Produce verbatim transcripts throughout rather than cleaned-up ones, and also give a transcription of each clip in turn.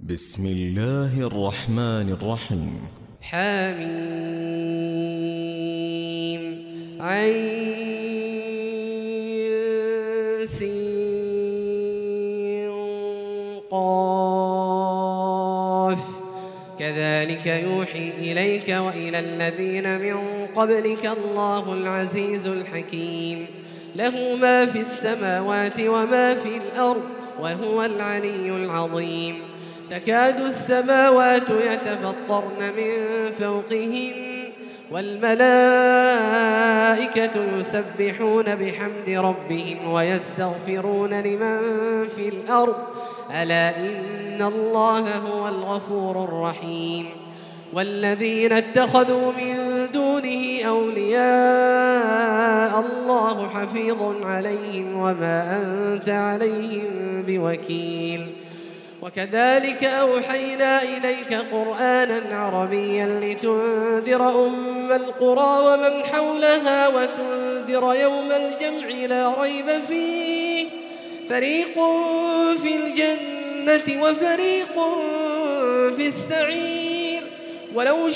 بسم الله الرحمن الرحيم. حميم عين سين قاف كذلك يوحي إليك وإلى الذين من قبلك الله العزيز الحكيم له ما في السماوات وما في الأرض وهو العلي العظيم. تكاد السماوات يتفطرن من فوقهن والملائكة يسبحون بحمد ربهم ويستغفرون لمن في الأرض ألا إن الله هو الغفور الرحيم. والذين اتخذوا من دونه أولياء الله حفيظ عليهم وما أنت عليهم بوكيل. وكذلك أوحينا إليك قرآنا عربيا لتنذر أم القرى ومن حولها وتنذر يوم الجمع لا ريب فيه فريق في الجنة وفريق في السعير. ولو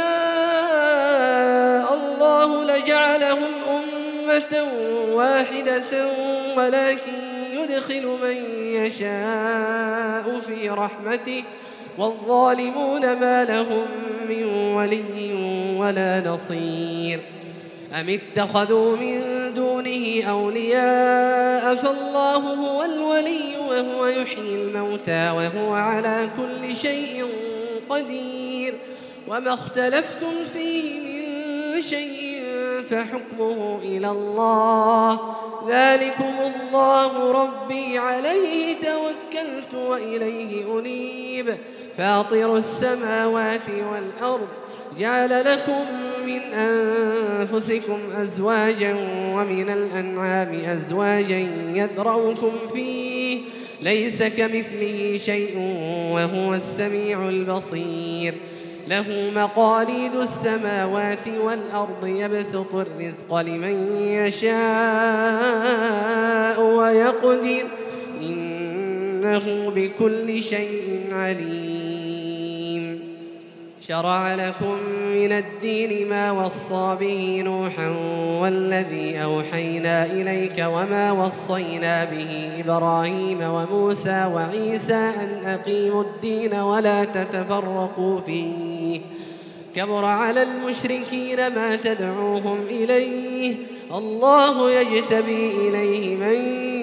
شاء الله لجعلهم أمة واحدة ولكن يدخل من يشاء في رحمته والظالمون ما لهم من ولي ولا نصير. أم اتخذوا من دونه أولياء فالله هو الولي وهو يحيي الموتى وهو على كل شيء قدير. وما اختلفتم فيه من شيء فحكمه إلى الله ذلكم الله ربي عليه توكلت وإليه أنيب. فاطر السماوات والأرض جعل لكم من أنفسكم أزواجا ومن الأنعام أزواجا يذرؤكم فيه ليس كمثله شيء وهو السميع البصير. له مقاليد السماوات والأرض يبسط الرزق لمن يشاء ويقدر إنه بكل شيء عليم. شرع لكم من الدين ما وصى به نوحا والذي أوحينا إليك وما وصينا به إبراهيم وموسى وعيسى أن أقيموا الدين ولا تتفرقوا فيه كبر على المشركين ما تدعوهم إليه الله يجتبي إليه من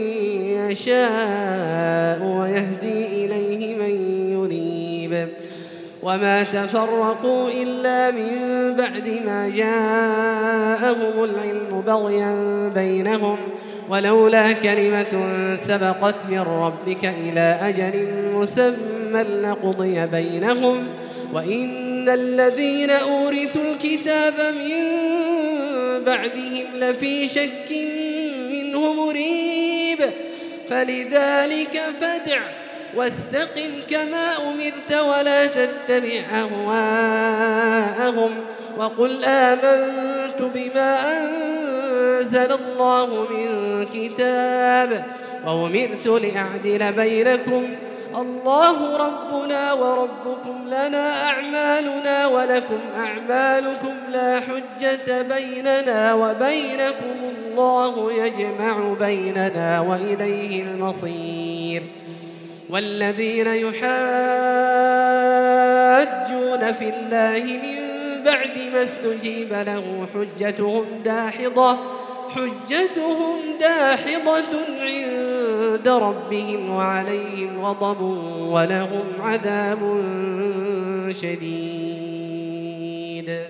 يشاء ويهدي إليه من ينيب. وما تفرقوا إلا من بعد ما جاءهم العلم بغيا بينهم ولولا كلمة سبقت من ربك إلى أجل مسمى لقضي بينهم وإن الذين أورثوا الكتاب من بعدهم لفي شك منه مريب. فلذلك فادع واستقم كما أمرت ولا تتبع أهواءهم وقل آمنت بما أنزل الله من كتاب وأمرت لأعدل بينكم الله ربنا وربكم لنا أعمالنا ولكم أعمالكم لا حجة بيننا وبينكم الله يجمع بيننا وإليه المصير. والذين يحاجون في الله من بعد ما استجيب له حجتهم داحضة حجتهم داحضة عند ربهم وعليهم غضب ولهم عذاب شديد.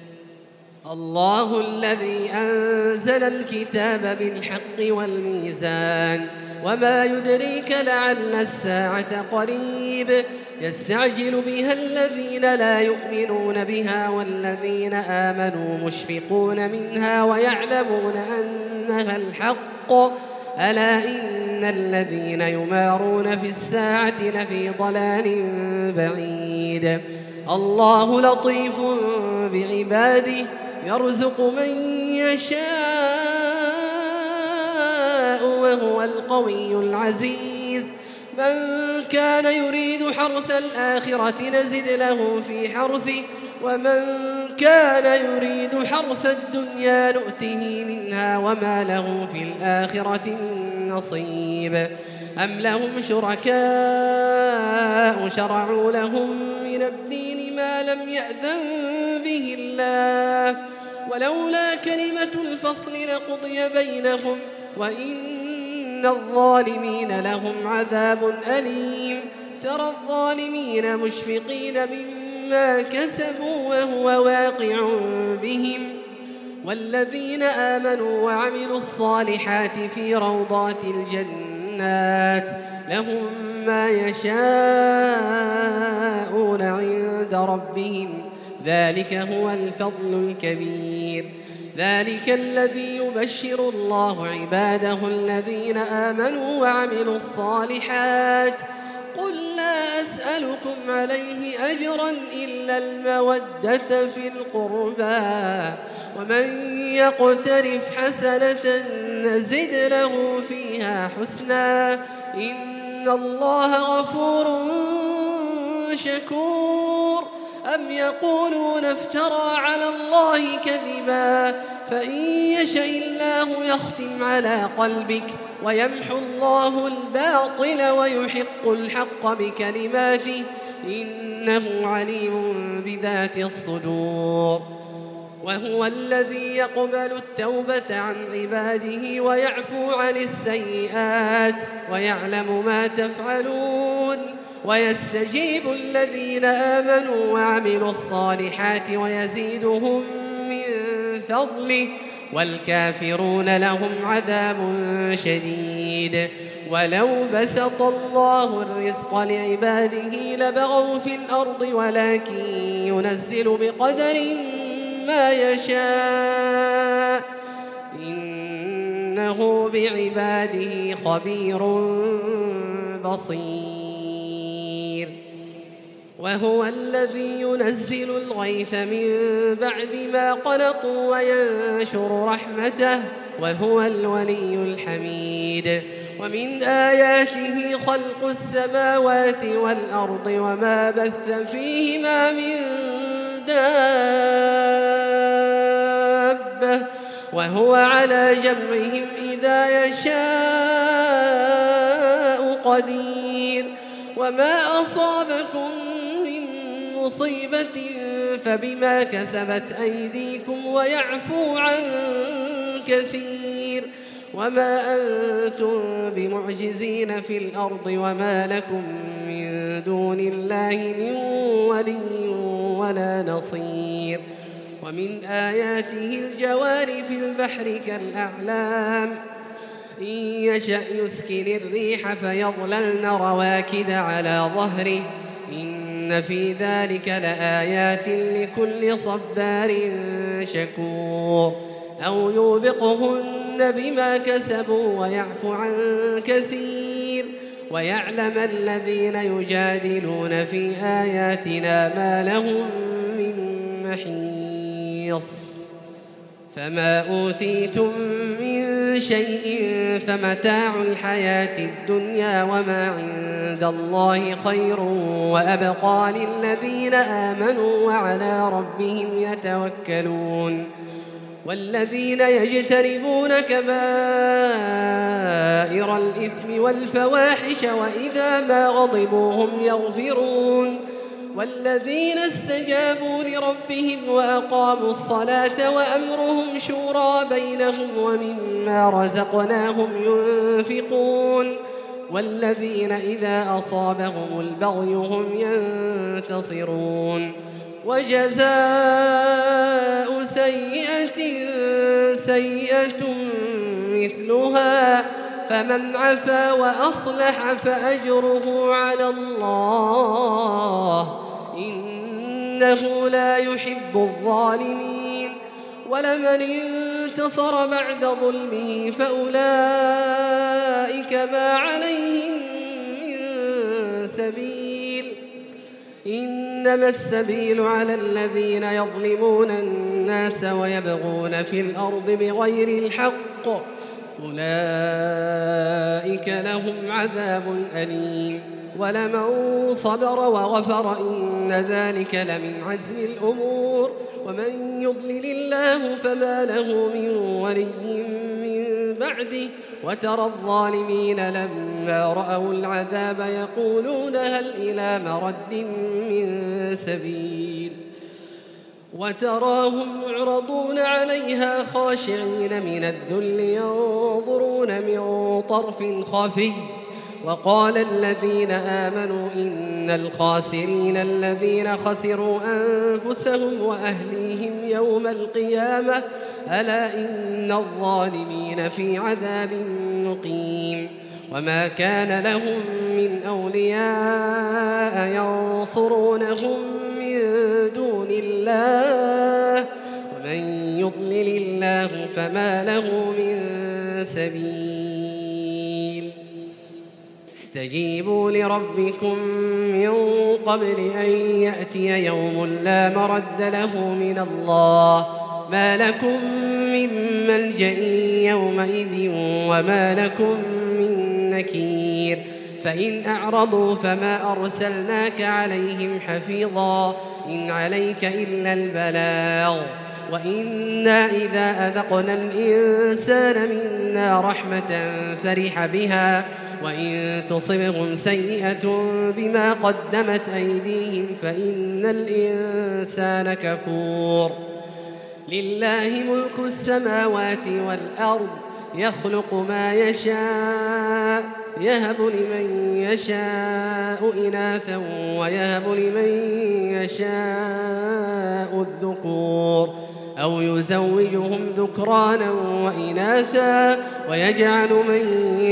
الله الذي أنزل الكتاب بالحق والميزان وما يدريك لعل الساعة قريب. يستعجل بها الذين لا يؤمنون بها والذين آمنوا مشفقون منها ويعلمون أنها الحق ألا إن الذين يمارون في الساعة لفي ضلال بعيد. الله لطيف بعباده يرزق من يشاء وهو القوي العزيز. من كان يريد حرث الآخرة نزد له في حرثه ومن كان يريد حرث الدنيا نؤته منها وما له في الآخرة من نصيب أم لهم شركاء شرعوا لهم من الدين ما لم يأذن به الله ولولا كلمة الفصل لقضي بينهم وإن الظالمين لهم عذاب أليم ترى الظالمين مشفقين مما كسبوا وهو واقع بهم والذين آمنوا وعملوا الصالحات في روضات الجنات لهم ما يشاءون عند ربهم ذلك هو الفضل الكبير ذلك الذي يبشر الله عباده الذين آمنوا وعملوا الصالحات قل لا أسألكم عليه أجرا إلا المودة في القربى ومن يقترف حسنة نزد له فيها حسنا إن الله غفور شكور أم يقولون افترى على الله كذبا فإن يشأ الله يختم على قلبك ويمحو الله الباطل ويحق الحق بكلماته إنه عليم بذات الصدور وهو الذي يقبل التوبة عن عباده ويعفو عن السيئات ويعلم ما تفعلون ويستجيب الذين آمنوا وعملوا الصالحات ويزيدهم من فضله والكافرون لهم عذاب شديد ولو بسط الله الرزق لعباده لبغوا في الأرض ولكن ينزل بقدر ما يشاء إنه بعباده خبير بصير وهو الذي ينزل الغيث من بعد ما قنطوا وينشر رحمته وهو الولي الحميد ومن آياته خلق السماوات والأرض وما بث فيهما من دابة وهو على جمعهم إذا يشاء قدير وما أصابكم من مصيبة فبما كسبت أيديكم ويعفو عن كثير وما أنتم بمعجزين في الأرض وما لكم من دون الله من ولي ولا نصير ومن آياته الجوار في البحر كالأعلام إن يشأ يسكن الريح فيظللن رواكد على ظهره إن في ذلك لآيات لكل صبار شكور أو يوبقهن بما كسبوا ويعفو عن كثير ويعلم الذين يجادلون في آياتنا ما لهم من محيص فما أوتيتم من شيء فمتاع الحياة الدنيا وما عند الله خير وأبقى للذين آمنوا وعلى ربهم يتوكلون والذين يجتنبون كبائر الإثم والفواحش وإذا ما غضبوا هم يغفرون والذين استجابوا لربهم وأقاموا الصلاة وأمرهم شورى بينهم ومما رزقناهم ينفقون والذين إذا أصابهم البغي هم ينتصرون وجزاء سيئة سيئة مثلها فمن عفا وأصلح فأجره على الله إنه لا يحب الظالمين ولمن انتصر بعد ظلمه فأولئك ما عليهم من سبيل إنما السبيل على الذين يظلمون الناس ويبغون في الأرض بغير الحق أولئك لهم عذاب أليم ولمن صبر وغفر إن ذلك لمن عزم الأمور ومن يضلل الله فما له من ولي من بعده وترى الظالمين لما رأوا العذاب يقولون هل إلى مرد من سبيل وتراهم يعرضون عليها خاشعين من الذل ينظرون من طرف خفي وقال الذين آمنوا إن الخاسرين الذين خسروا أنفسهم وأهليهم يوم القيامة ألا إن الظالمين في عذاب مقيم وما كان لهم من أولياء ينصرونهم من دون الله ومن يضلل الله فما له من سبيل استجيبوا لربكم من قبل أن يأتي يوم لا مرد له من الله ما لكم من ملجأ يومئذ وما لكم من نكير فإن أعرضوا فما أرسلناك عليهم حفيظا إن عليك إلا البلاغ وإنا إذا أذقنا الإنسان منا رحمة فرح بها وإن تصبهم سيئة بما قدمت أيديهم فإن الإنسان كفور لله ملك السماوات والأرض يخلق ما يشاء يهب لمن يشاء إناثا ويهب لمن يشاء الذكور أو يزوجهم ذكرانا وإناثا ويجعل من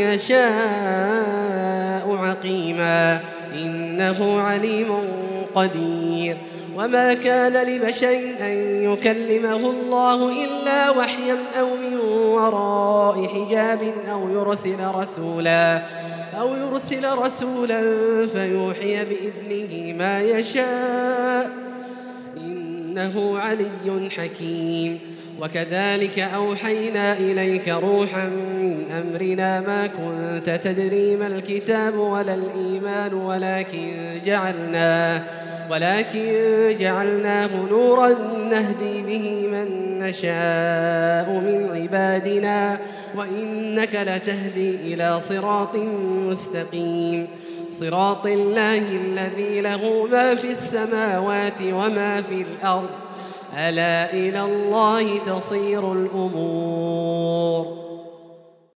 يشاء عقيما إنه عليم قدير وما كان لبشر أن يكلمه الله إلا وحيا أو من وراء حجاب أو يرسل رسولا أو يرسل رسولا فيوحي بإذنه ما يشاء إنه علي حكيم وكذلك أوحينا إليك روحا من أمرنا ما كنت تدري ما الكتاب ولا الإيمان ولكن جعلناه ولكن جعلناه نورا نهدي به من نشاء من عبادنا وإنك لتهدي إلى صراط مستقيم صراط الله الذي له ما في السماوات وما في الأرض ألا إلى الله تصير الأمور